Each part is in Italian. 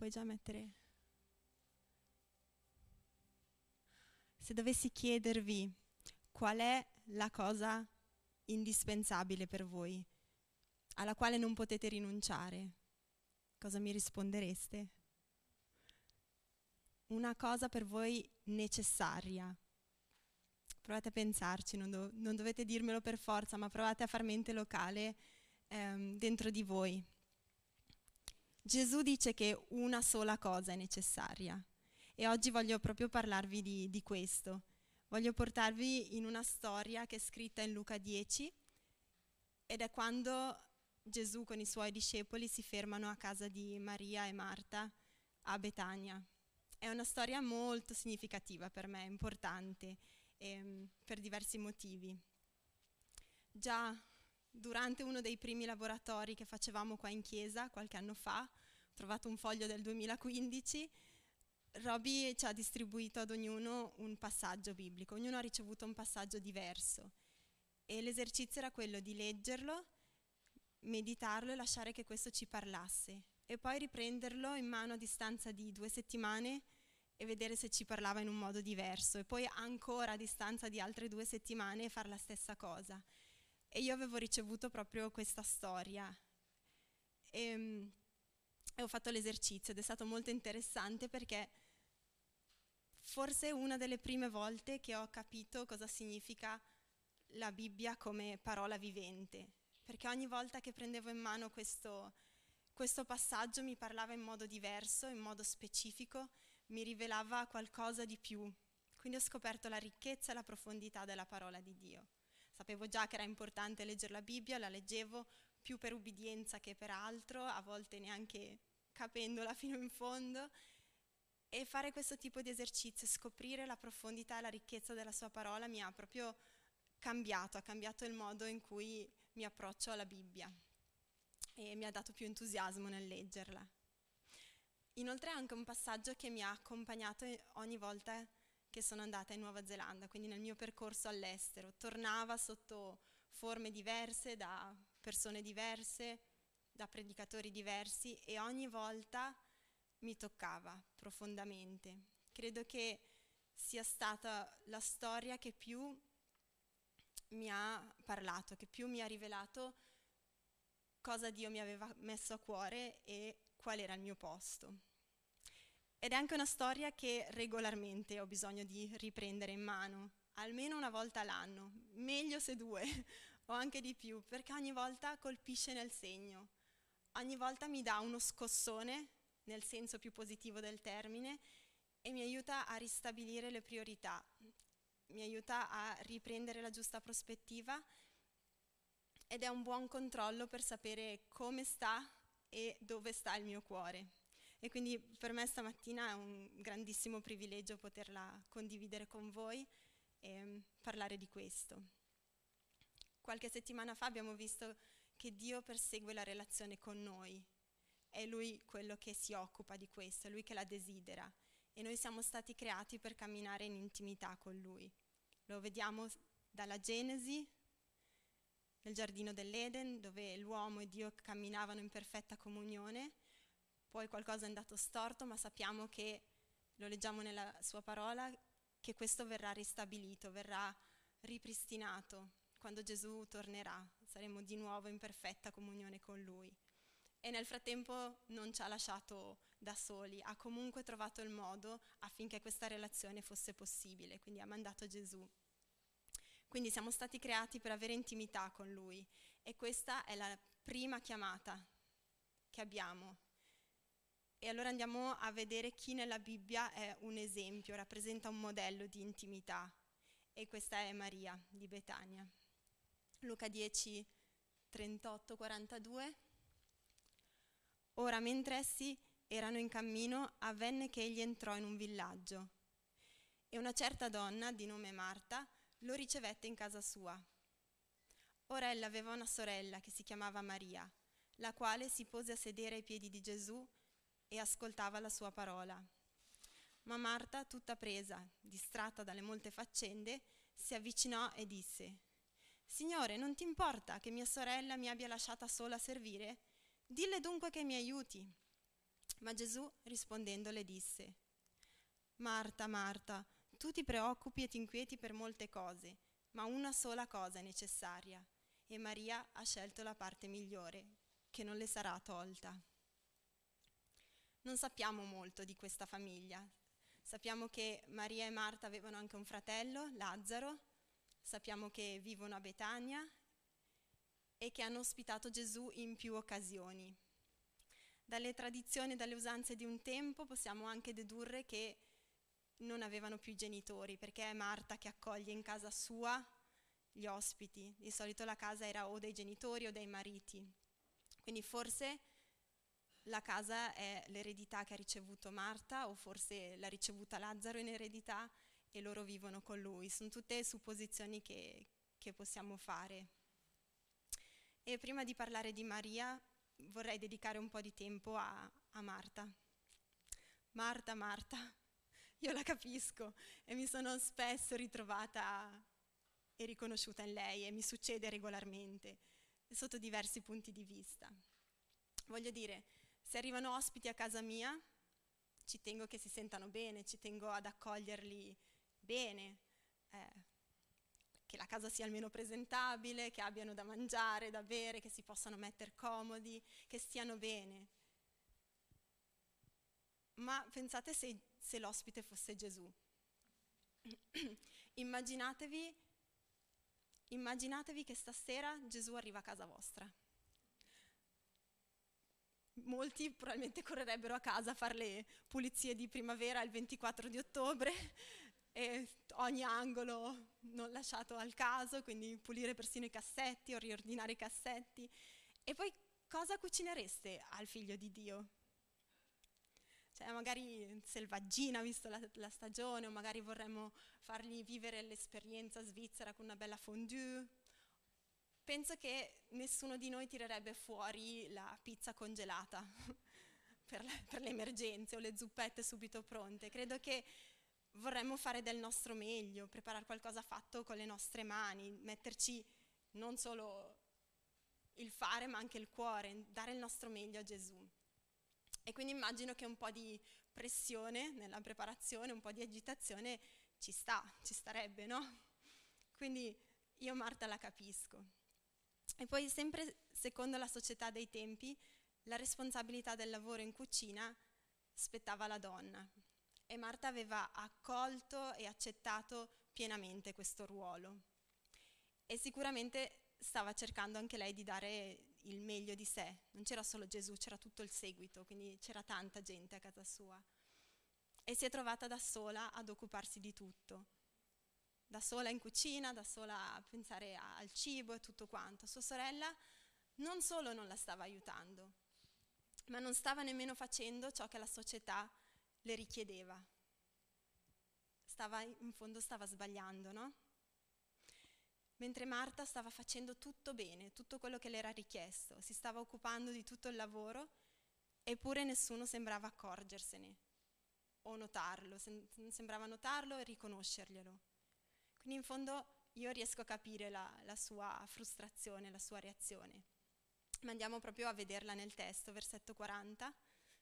puoi già mettere. Se dovessi chiedervi qual è la cosa indispensabile per voi, alla quale non potete rinunciare, cosa mi rispondereste? Una cosa per voi necessaria. Provate a pensarci, non dovete dirmelo per forza, ma provate a far mente locale dentro di voi. Gesù dice che una sola cosa è necessaria e oggi voglio proprio parlarvi di questo. Voglio portarvi in una storia che è scritta in Luca 10 ed è quando Gesù con i suoi discepoli si fermano a casa di Maria e Marta a Betania. È una storia molto significativa per me, importante, per diversi motivi. Già durante uno dei primi laboratori che facevamo qua in chiesa, qualche anno fa, ho trovato un foglio del 2015, Roby ci ha distribuito ad ognuno un passaggio biblico, ognuno ha ricevuto un passaggio diverso e l'esercizio era quello di leggerlo, meditarlo e lasciare che questo ci parlasse e poi riprenderlo in mano a distanza di 2 settimane e vedere se ci parlava in un modo diverso e poi ancora a distanza di altre 2 settimane fare la stessa cosa. E io avevo ricevuto proprio questa storia e ho fatto l'esercizio ed è stato molto interessante perché forse è una delle prime volte che ho capito cosa significa la Bibbia come parola vivente, perché ogni volta che prendevo in mano questo passaggio mi parlava in modo diverso, in modo specifico, mi rivelava qualcosa di più. Quindi ho scoperto la ricchezza e la profondità della parola di Dio. Sapevo già che era importante leggere la Bibbia, la leggevo più per ubbidienza che per altro, a volte neanche capendola fino in fondo, e fare questo tipo di esercizio, scoprire la profondità e la ricchezza della sua parola mi ha proprio ha cambiato il modo in cui mi approccio alla Bibbia e mi ha dato più entusiasmo nel leggerla. Inoltre è anche un passaggio che mi ha accompagnato ogni volta che sono andata in Nuova Zelanda, quindi nel mio percorso all'estero. Tornava sotto forme diverse, da persone diverse, da predicatori diversi e ogni volta mi toccava profondamente. Credo che sia stata la storia che più mi ha parlato, che più mi ha rivelato cosa Dio mi aveva messo a cuore e qual era il mio posto. Ed è anche una storia che regolarmente ho bisogno di riprendere in mano, almeno una volta l'anno, meglio se 2 o anche di più, perché ogni volta colpisce nel segno, ogni volta mi dà uno scossone, nel senso più positivo del termine, e mi aiuta a ristabilire le priorità, mi aiuta a riprendere la giusta prospettiva ed è un buon controllo per sapere come sta e dove sta il mio cuore. E quindi per me stamattina è un grandissimo privilegio poterla condividere con voi e parlare di questo. Qualche settimana fa abbiamo visto che Dio persegue la relazione con noi. È Lui quello che si occupa di questo, è Lui che la desidera. E noi siamo stati creati per camminare in intimità con Lui. Lo vediamo dalla Genesi, nel giardino dell'Eden, dove l'uomo e Dio camminavano in perfetta comunione. Poi qualcosa è andato storto, ma sappiamo che, lo leggiamo nella sua parola, che questo verrà ristabilito, verrà ripristinato. Quando Gesù tornerà, saremo di nuovo in perfetta comunione con Lui. E nel frattempo non ci ha lasciato da soli, ha comunque trovato il modo affinché questa relazione fosse possibile, quindi ha mandato Gesù. Quindi siamo stati creati per avere intimità con Lui e questa è la prima chiamata che abbiamo. E allora andiamo a vedere chi nella Bibbia è un esempio, rappresenta un modello di intimità. E questa è Maria di Betania. Luca 10, 38-42. Ora, mentre essi erano in cammino, avvenne che egli entrò in un villaggio e una certa donna, di nome Marta, lo ricevette in casa sua. Ora ella aveva una sorella che si chiamava Maria, la quale si pose a sedere ai piedi di Gesù e ascoltava la sua parola. Ma Marta, tutta presa, distratta dalle molte faccende, si avvicinò e disse: «Signore, non ti importa che mia sorella mi abbia lasciata sola a servire? Dille dunque che mi aiuti». Ma Gesù rispondendo le disse: Marta, Marta, tu ti preoccupi e ti inquieti per molte cose, ma una sola cosa è necessaria, e Maria ha scelto la parte migliore, che non le sarà tolta. Non sappiamo molto di questa famiglia. Sappiamo che Maria e Marta avevano anche un fratello, Lazzaro. Sappiamo che vivono a Betania e che hanno ospitato Gesù in più occasioni. Dalle tradizioni e dalle usanze di un tempo possiamo anche dedurre che non avevano più genitori, perché è Marta che accoglie in casa sua gli ospiti. Di solito la casa era o dei genitori o dei mariti. Quindi forse la casa è l'eredità che ha ricevuto Marta, o forse l'ha ricevuta Lazzaro in eredità e loro vivono con lui. Sono tutte supposizioni che possiamo fare. E prima di parlare di Maria vorrei dedicare un po' di tempo a Marta. Marta, Marta, io la capisco e mi sono spesso ritrovata e riconosciuta in lei, e mi succede regolarmente, sotto diversi punti di vista. Voglio dire, se arrivano ospiti a casa mia, ci tengo che si sentano bene, ci tengo ad accoglierli bene, che la casa sia almeno presentabile, che abbiano da mangiare, da bere, che si possano mettere comodi, che stiano bene. Ma pensate se l'ospite fosse Gesù. Immaginatevi che stasera Gesù arriva a casa vostra. Molti probabilmente correrebbero a casa a fare le pulizie di primavera il 24 di ottobre e ogni angolo non lasciato al caso, quindi pulire persino i cassetti o riordinare i cassetti. E poi cosa cucinereste al figlio di Dio? Cioè magari selvaggina visto la stagione, o magari vorremmo fargli vivere l'esperienza svizzera con una bella fondue. Penso che nessuno di noi tirerebbe fuori la pizza congelata per le emergenze o le zuppette subito pronte. Credo che vorremmo fare del nostro meglio, preparare qualcosa fatto con le nostre mani, metterci non solo il fare ma anche il cuore, dare il nostro meglio a Gesù. E quindi immagino che un po' di pressione nella preparazione, un po' di agitazione ci starebbe, no? Quindi io Marta la capisco. E poi sempre secondo la società dei tempi, la responsabilità del lavoro in cucina spettava alla donna. E Marta aveva accolto e accettato pienamente questo ruolo. E sicuramente stava cercando anche lei di dare il meglio di sé. Non c'era solo Gesù, c'era tutto il seguito, quindi c'era tanta gente a casa sua. E si è trovata da sola ad occuparsi di tutto. Da sola in cucina, da sola a pensare al cibo e tutto quanto. Sua sorella non solo non la stava aiutando, ma non stava nemmeno facendo ciò che la società le richiedeva. In fondo stava sbagliando, no? Mentre Marta stava facendo tutto bene, tutto quello che le era richiesto, si stava occupando di tutto il lavoro, eppure nessuno sembrava accorgersene o notarlo, sembrava notarlo e riconoscerglielo. Quindi in fondo io riesco a capire la sua frustrazione, la sua reazione. Ma andiamo proprio a vederla nel testo, versetto 40.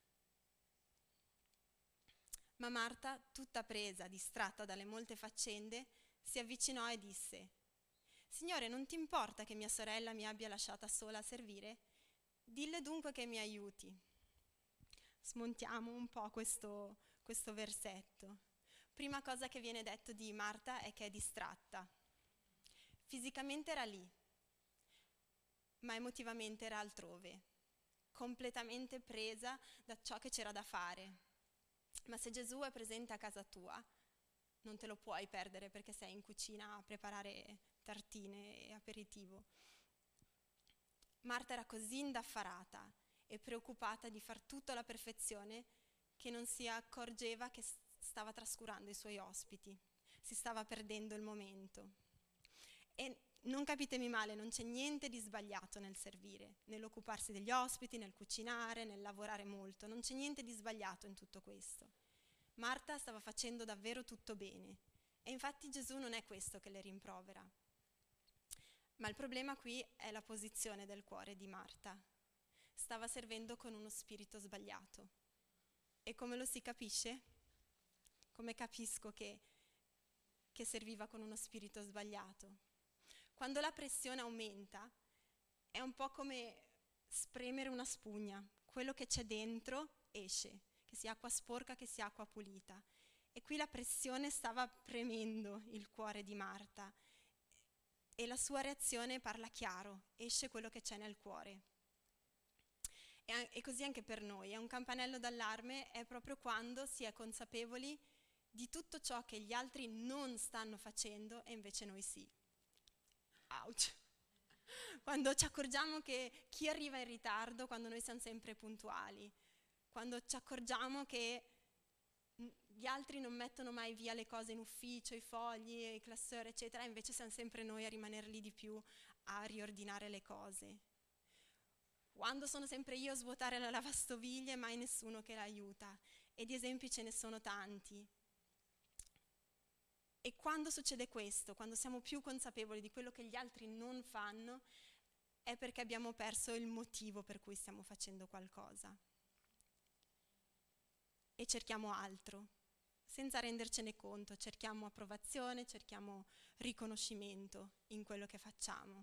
Ma Marta, tutta presa, distratta dalle molte faccende, si avvicinò e disse: Signore, non ti importa che mia sorella mi abbia lasciata sola a servire? Dille dunque che mi aiuti. Smontiamo un po' questo versetto. Prima cosa che viene detto di Marta è che è distratta. Fisicamente era lì, ma emotivamente era altrove, completamente presa da ciò che c'era da fare. Ma se Gesù è presente a casa tua, non te lo puoi perdere perché sei in cucina a preparare tartine e aperitivo. Marta era così indaffarata e preoccupata di far tutto alla perfezione che non si accorgeva che stava trascurando i suoi ospiti, si stava perdendo il momento. E non capitemi male, non c'è niente di sbagliato nel servire, nell'occuparsi degli ospiti, nel cucinare, nel lavorare molto, non c'è niente di sbagliato in tutto questo. Marta stava facendo davvero tutto bene e infatti Gesù non è questo che le rimprovera. Ma il problema qui è la posizione del cuore di Marta. Stava servendo con uno spirito sbagliato. E come lo si capisce? Come capisco che serviva con uno spirito sbagliato? Quando la pressione aumenta, è un po' come spremere una spugna. Quello che c'è dentro esce, che sia acqua sporca, che sia acqua pulita. E qui la pressione stava premendo il cuore di Marta e la sua reazione parla chiaro, esce quello che c'è nel cuore. E così anche per noi, è un campanello d'allarme, è proprio quando si è consapevoli di tutto ciò che gli altri non stanno facendo e invece noi sì. Ouch! Quando ci accorgiamo che chi arriva in ritardo, quando noi siamo sempre puntuali, quando ci accorgiamo che gli altri non mettono mai via le cose in ufficio, i fogli, i classeur, eccetera, invece siamo sempre noi a rimanere lì di più, a riordinare le cose. Quando sono sempre io a svuotare la lavastoviglie, mai nessuno che l'aiuta. E di esempi ce ne sono tanti. E quando succede questo, quando siamo più consapevoli di quello che gli altri non fanno, è perché abbiamo perso il motivo per cui stiamo facendo qualcosa. E cerchiamo altro, senza rendercene conto, cerchiamo approvazione, cerchiamo riconoscimento in quello che facciamo.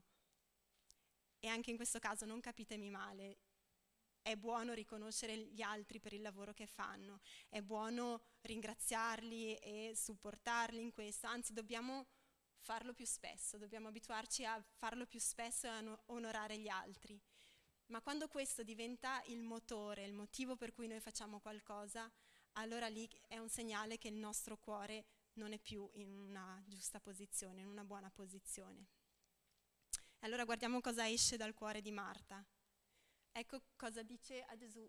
E anche in questo caso non capitemi male, è buono riconoscere gli altri per il lavoro che fanno, è buono ringraziarli e supportarli in questo, anzi dobbiamo farlo più spesso, dobbiamo abituarci a farlo più spesso e a onorare gli altri. Ma quando questo diventa il motore, il motivo per cui noi facciamo qualcosa, allora lì è un segnale che il nostro cuore non è più in una giusta posizione, in una buona posizione. Allora guardiamo cosa esce dal cuore di Marta. Ecco cosa dice a Gesù.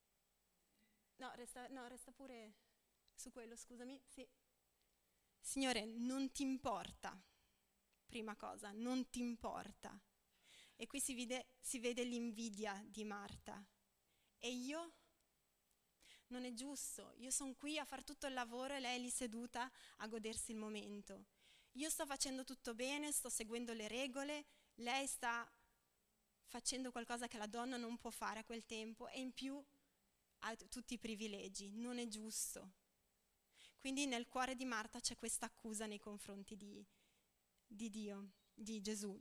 No, resta pure su quello, scusami. Sì. Signore, non ti importa, prima cosa, non ti importa. E qui si vede l'invidia di Marta. E io? Non è giusto, io sono qui a fare tutto il lavoro e lei è lì seduta a godersi il momento. Io sto facendo tutto bene, sto seguendo le regole, lei sta facendo qualcosa che la donna non può fare a quel tempo e in più ha tutti i privilegi, non è giusto. Quindi nel cuore di Marta c'è questa accusa nei confronti di Dio, di Gesù.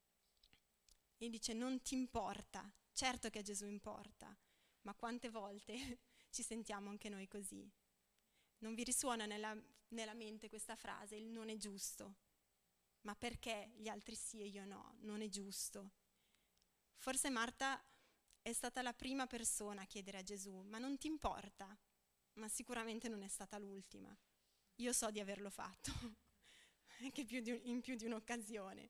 E dice non ti importa, certo che a Gesù importa, ma quante volte ci sentiamo anche noi così? Non vi risuona nella mente questa frase, il non è giusto? Ma perché gli altri sì e io no? Non è giusto. Forse Marta è stata la prima persona a chiedere a Gesù, ma non ti importa? Ma sicuramente non è stata l'ultima. Io so di averlo fatto, anche in più di un'occasione.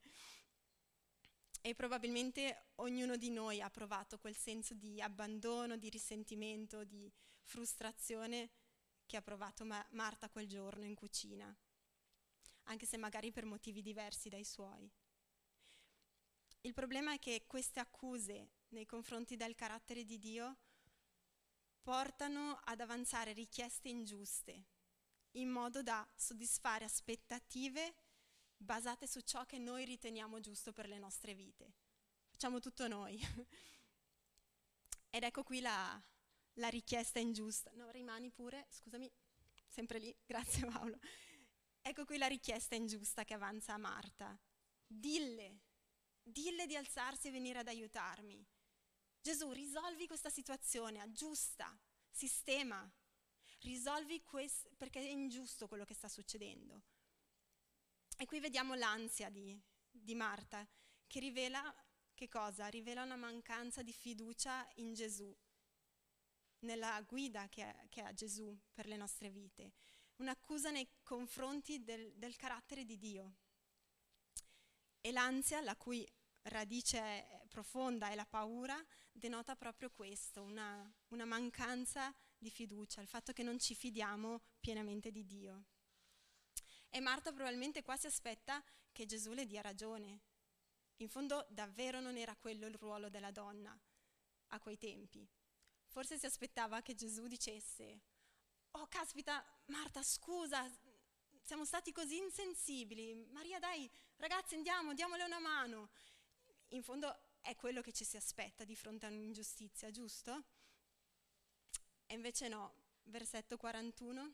E probabilmente ognuno di noi ha provato quel senso di abbandono, di risentimento, di frustrazione che ha provato Marta quel giorno in cucina, anche se magari per motivi diversi dai suoi. Il problema è che queste accuse nei confronti del carattere di Dio portano ad avanzare richieste ingiuste, in modo da soddisfare aspettative basate su ciò che noi riteniamo giusto per le nostre vite. Facciamo tutto noi. Ed ecco qui la richiesta ingiusta. No, rimani pure, scusami, sempre lì, grazie Paolo. Ecco qui la richiesta ingiusta che avanza a Marta. Dille di alzarsi e venire ad aiutarmi. Gesù, risolvi questa situazione, aggiusta, sistema, risolvi questo, perché è ingiusto quello che sta succedendo. E qui vediamo l'ansia di Marta, che rivela che cosa? Rivela una mancanza di fiducia in Gesù, nella guida che ha Gesù per le nostre vite, un'accusa nei confronti del carattere di Dio. E l'ansia, la cui radice profonda è la paura, denota proprio questo, una mancanza di fiducia, il fatto che non ci fidiamo pienamente di Dio. E Marta probabilmente qua si aspetta che Gesù le dia ragione. In fondo davvero non era quello il ruolo della donna a quei tempi. Forse si aspettava che Gesù dicesse: oh caspita Marta, scusa, siamo stati così insensibili, Maria dai ragazzi diamole una mano. In fondo è quello che ci si aspetta di fronte a un'ingiustizia, giusto? E invece no, versetto 41.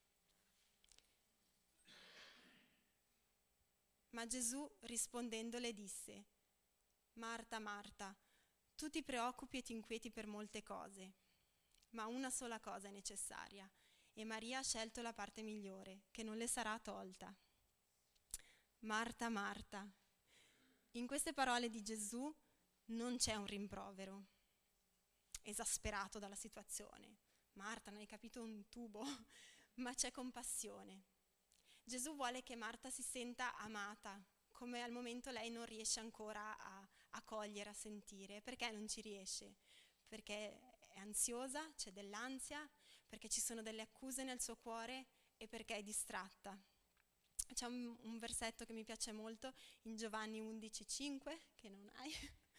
Ma Gesù rispondendo le disse: Marta, Marta, tu ti preoccupi e ti inquieti per molte cose, ma una sola cosa è necessaria, e Maria ha scelto la parte migliore, che non le sarà tolta. Marta, Marta. In queste parole di Gesù non c'è un rimprovero, esasperato dalla situazione. Marta, non hai capito un tubo, ma c'è compassione. Gesù vuole che Marta si senta amata, come al momento lei non riesce ancora a cogliere, a sentire. Perché non ci riesce? Perché è ansiosa, c'è dell'ansia, perché ci sono delle accuse nel suo cuore e perché è distratta. C'è un versetto che mi piace molto in Giovanni 11,5, che non hai,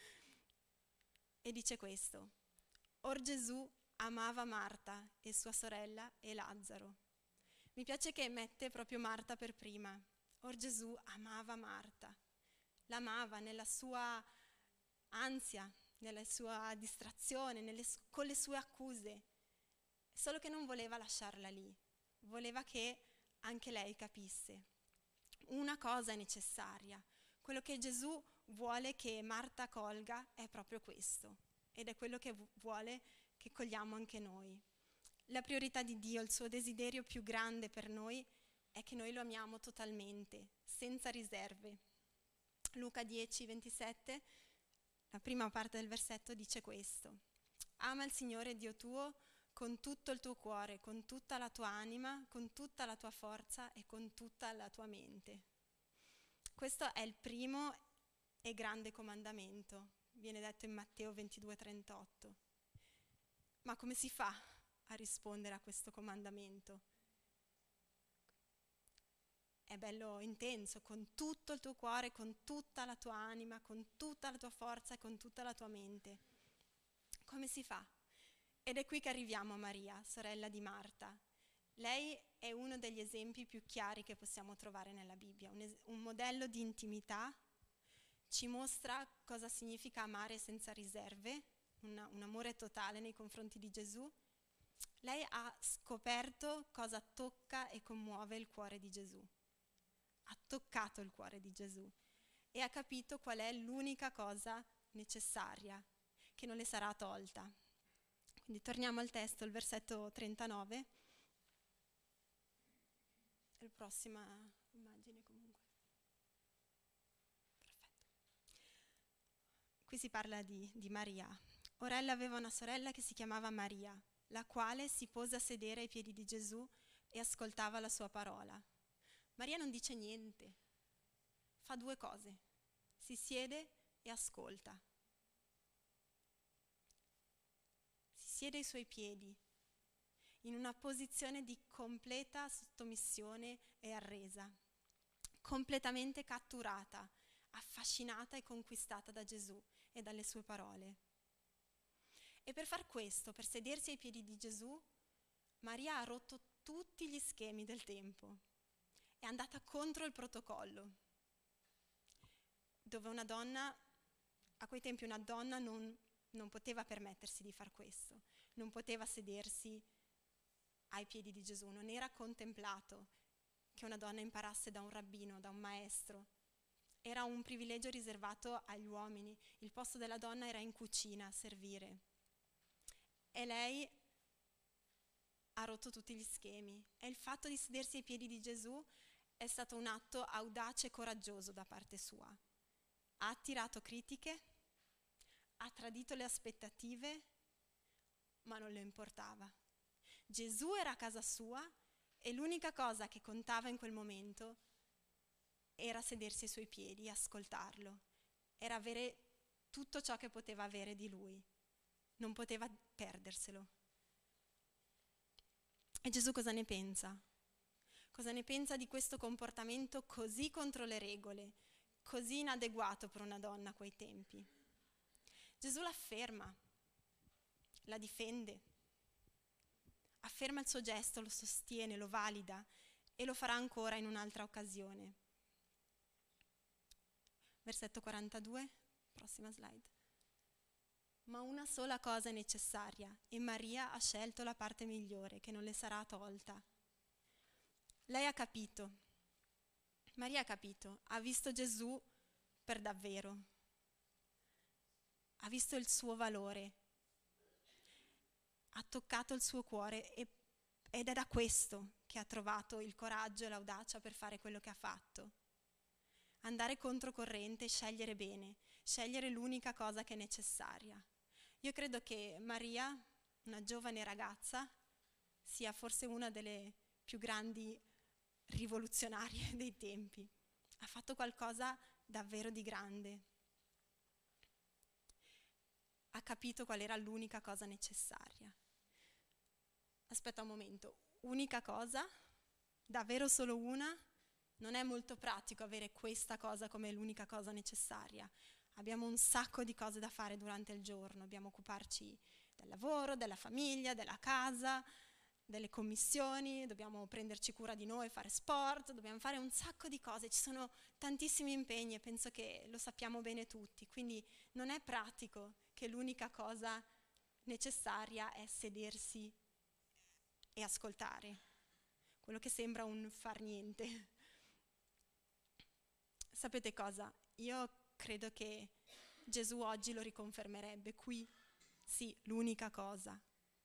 e dice questo: Or Gesù amava Marta e sua sorella e Lazzaro. Mi piace che mette proprio Marta per prima. Or Gesù amava Marta, l'amava nella sua ansia, nella sua distrazione, con le sue accuse, solo che non voleva lasciarla lì, voleva che anche lei capisse. Una cosa è necessaria, quello che Gesù vuole che Marta colga è proprio questo, ed è quello che vuole che cogliamo anche noi. La priorità di Dio, il suo desiderio più grande per noi è che noi lo amiamo totalmente, senza riserve. Luca 10,27, la prima parte del versetto dice questo: Ama il Signore Dio tuo con tutto il tuo cuore, con tutta la tua anima, con tutta la tua forza e con tutta la tua mente. Questo è il primo e grande comandamento, viene detto in Matteo 22,38. Ma come si fa a rispondere a questo comandamento? È bello intenso, con tutto il tuo cuore, con tutta la tua anima, con tutta la tua forza e con tutta la tua mente. Come si fa? Ed è qui che arriviamo a Maria, sorella di Marta. Lei è uno degli esempi più chiari che possiamo trovare nella Bibbia, un modello di intimità, ci mostra cosa significa amare senza riserve, un amore totale nei confronti di Gesù. Lei ha scoperto cosa tocca e commuove il cuore di Gesù. Ha toccato il cuore di Gesù e ha capito qual è l'unica cosa necessaria, che non le sarà tolta. Quindi torniamo al testo, il versetto 39. È la prossima immagine comunque. Perfetto. Qui si parla di Maria. Ora ella aveva una sorella che si chiamava Maria, la quale si pose a sedere ai piedi di Gesù e ascoltava la sua parola. Maria non dice niente, fa due cose: si siede e ascolta. Si siede ai suoi piedi, in una posizione di completa sottomissione e arresa, completamente catturata, affascinata e conquistata da Gesù e dalle sue parole. E per far questo, per sedersi ai piedi di Gesù, Maria ha rotto tutti gli schemi del tempo, è andata contro il protocollo, dove una donna, a quei tempi una donna non poteva permettersi di far questo, non poteva sedersi ai piedi di Gesù, non era contemplato che una donna imparasse da un rabbino, da un maestro. Era un privilegio riservato agli uomini, il posto della donna era in cucina a servire. E lei ha rotto tutti gli schemi e il fatto di sedersi ai piedi di Gesù è stato un atto audace e coraggioso da parte sua. Ha attirato critiche, ha tradito le aspettative, ma non le importava. Gesù era a casa sua e l'unica cosa che contava in quel momento era sedersi ai suoi piedi e ascoltarlo. Era avere tutto ciò che poteva avere di lui. Non poteva perderselo. E Gesù cosa ne pensa? Cosa ne pensa di questo comportamento così contro le regole, così inadeguato per una donna a quei tempi? Gesù l'afferma, la difende, afferma il suo gesto, lo sostiene, lo valida e lo farà ancora in un'altra occasione. Versetto 42, prossima slide. ma una sola cosa è necessaria e Maria ha scelto la parte migliore che non le sarà tolta. Lei ha capito, Maria ha capito, ha visto Gesù per davvero, ha visto il suo valore, ha toccato il suo cuore ed è da questo che ha trovato il coraggio e l'audacia per fare quello che ha fatto. Andare controcorrente e scegliere bene, scegliere l'unica cosa che è necessaria. Io credo che Maria, una giovane ragazza, sia forse una delle più grandi rivoluzionarie dei tempi. Ha fatto qualcosa davvero di grande. Ha capito qual era l'unica cosa necessaria. Aspetta un momento, unica cosa? Davvero solo una? Non è molto pratico avere questa cosa come l'unica cosa necessaria. Abbiamo un sacco di cose da fare durante il giorno, dobbiamo occuparci del lavoro, della famiglia, della casa, delle commissioni, dobbiamo prenderci cura di noi, fare sport, dobbiamo fare un sacco di cose, ci sono tantissimi impegni e penso che lo sappiamo bene tutti, quindi non è pratico che l'unica cosa necessaria è sedersi e ascoltare, quello che sembra un far niente. Sapete cosa? Io credo che Gesù oggi lo riconfermerebbe qui, sì, l'unica cosa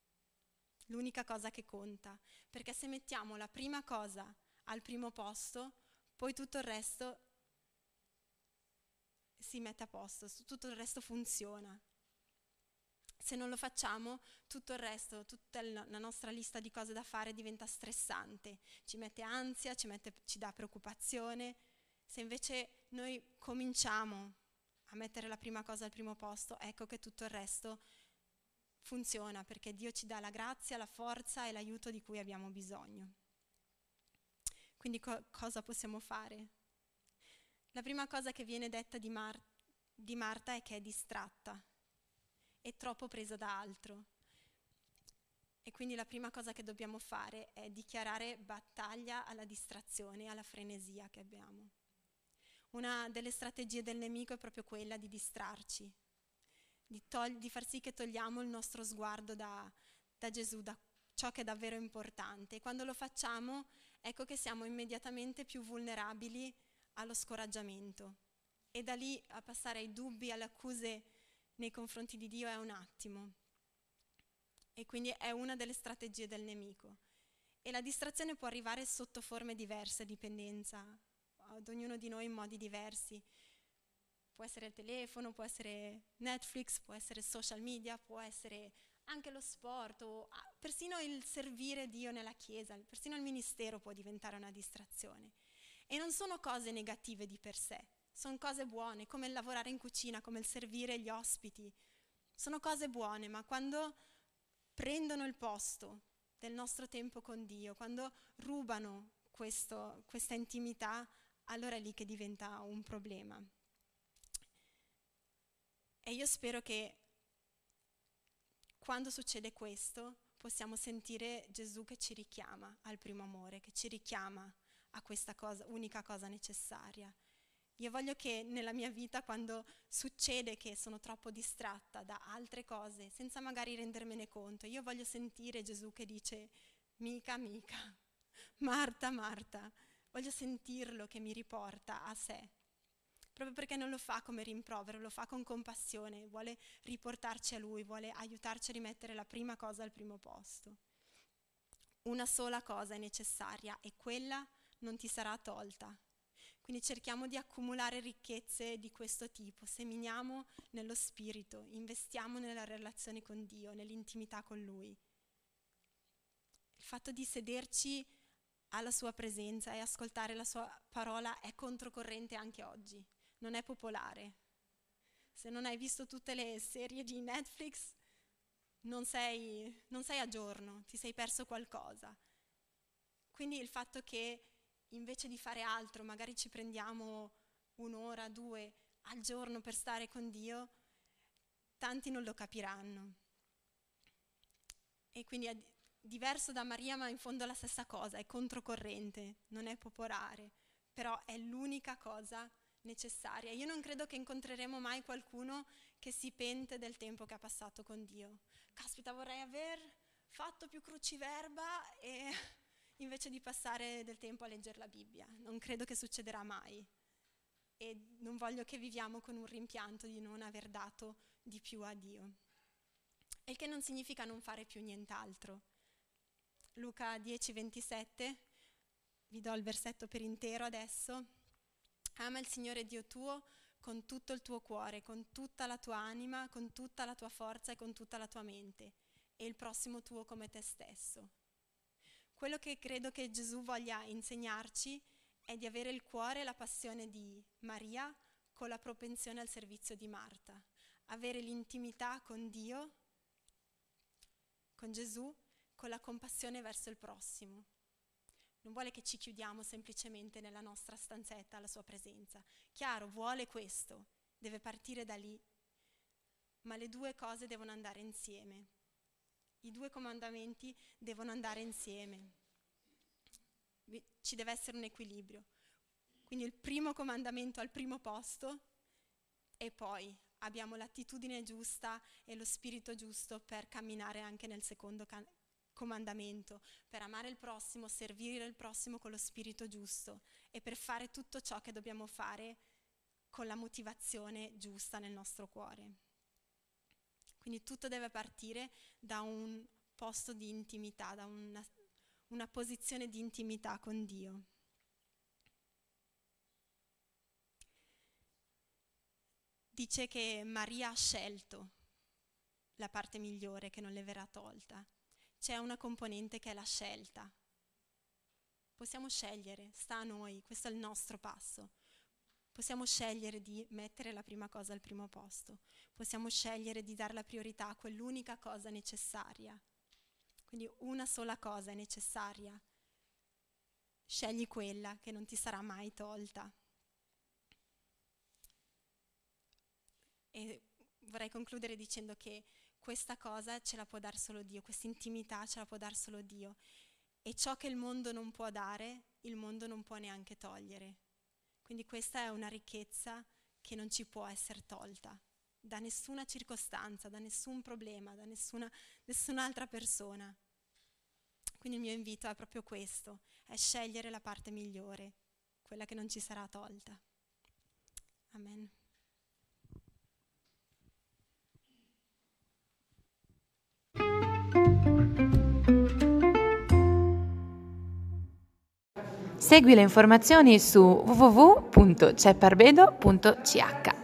che conta, perché se mettiamo la prima cosa al primo posto, poi tutto il resto si mette a posto, tutto il resto funziona. Se non lo facciamo, tutto il resto, tutta la nostra lista di cose da fare diventa stressante, ci mette ansia, ci dà preoccupazione. Se invece noi cominciamo a mettere la prima cosa al primo posto, ecco che tutto il resto funziona, perché Dio ci dà la grazia, la forza e l'aiuto di cui abbiamo bisogno. Quindi cosa possiamo fare? La prima cosa che viene detta di Marta è che è distratta, è troppo presa da altro. E quindi la prima cosa che dobbiamo fare è dichiarare battaglia alla distrazione, alla frenesia che abbiamo. Una delle strategie del nemico è proprio quella di distrarci, di far sì che togliamo il nostro sguardo da Gesù, da ciò che è davvero importante. E quando lo facciamo, ecco che siamo immediatamente più vulnerabili allo scoraggiamento. E da lì a passare ai dubbi, alle accuse nei confronti di Dio è un attimo. E quindi è una delle strategie del nemico. E la distrazione può arrivare sotto forme diverse, dipendenza ad ognuno di noi in modi diversi. Può essere il telefono, può essere Netflix, può essere social media, può essere anche lo sport, o persino il servire Dio nella chiesa, persino il ministero può diventare una distrazione. E non sono cose negative di per sé, sono cose buone, come il lavorare in cucina, come il servire gli ospiti. Sono cose buone, ma quando prendono il posto del nostro tempo con Dio, quando rubano questa intimità, allora è lì che diventa un problema. E io spero che quando succede questo possiamo sentire Gesù che ci richiama al primo amore, che ci richiama a questa unica cosa necessaria. Io voglio che nella mia vita, quando succede che sono troppo distratta da altre cose, senza magari rendermene conto, io voglio sentire Gesù che dice: mica, Marta, Marta, voglio sentirlo che mi riporta a sé. Proprio perché non lo fa come rimprovero, lo fa con compassione, vuole riportarci a Lui, vuole aiutarci a rimettere la prima cosa al primo posto. Una sola cosa è necessaria e quella non ti sarà tolta. Quindi cerchiamo di accumulare ricchezze di questo tipo, seminiamo nello spirito, investiamo nella relazione con Dio, nell'intimità con Lui. Il fatto di sederci alla sua presenza e ascoltare la sua parola è controcorrente anche oggi, non è popolare. Se non hai visto tutte le serie di Netflix, non sei a giorno, ti sei perso qualcosa. Quindi il fatto che invece di fare altro, magari ci prendiamo 1 ora, 2 al giorno per stare con Dio, tanti non lo capiranno. E quindi è diverso da Maria, ma in fondo è la stessa cosa, è controcorrente, non è popolare, però è l'unica cosa necessaria. Io non credo che incontreremo mai qualcuno che si pente del tempo che ha passato con Dio. Caspita, vorrei aver fatto più cruciverba e invece di passare del tempo a leggere la Bibbia. Non credo che succederà mai. E non voglio che viviamo con un rimpianto di non aver dato di più a Dio. Il che non significa non fare più nient'altro. Luca 10:27, vi do il versetto per intero adesso. Ama il Signore Dio tuo con tutto il tuo cuore, con tutta la tua anima, con tutta la tua forza e con tutta la tua mente, e il prossimo tuo come te stesso. Quello che credo che Gesù voglia insegnarci è di avere il cuore e la passione di Maria con la propensione al servizio di Marta. Avere l'intimità con Dio, con Gesù, con la compassione verso il prossimo. Non vuole che ci chiudiamo semplicemente nella nostra stanzetta alla sua presenza. Chiaro, vuole questo, deve partire da lì, ma le due cose devono andare insieme. I due comandamenti devono andare insieme. Ci deve essere un equilibrio. Quindi il primo comandamento al primo posto e poi abbiamo l'attitudine giusta e lo spirito giusto per camminare anche nel secondo comandamento, per amare il prossimo, servire il prossimo con lo spirito giusto e per fare tutto ciò che dobbiamo fare con la motivazione giusta nel nostro cuore. Quindi tutto deve partire da un posto di intimità, da una posizione di intimità con Dio. Dice che Maria ha scelto la parte migliore che non le verrà tolta. C'è una componente che è la scelta. Possiamo scegliere, sta a noi, questo è il nostro passo. Possiamo scegliere di mettere la prima cosa al primo posto. Possiamo scegliere di dare la priorità a quell'unica cosa necessaria. Quindi una sola cosa è necessaria. Scegli quella che non ti sarà mai tolta. E vorrei concludere dicendo che questa cosa ce la può dare solo Dio, questa intimità ce la può dare solo Dio. E ciò che il mondo non può dare, il mondo non può neanche togliere. Quindi questa è una ricchezza che non ci può essere tolta da nessuna circostanza, da nessun problema, da nessun'altra persona. Quindi il mio invito è proprio questo, è scegliere la parte migliore, quella che non ci sarà tolta. Amen. Segui le informazioni su www.cepparbedo.ch.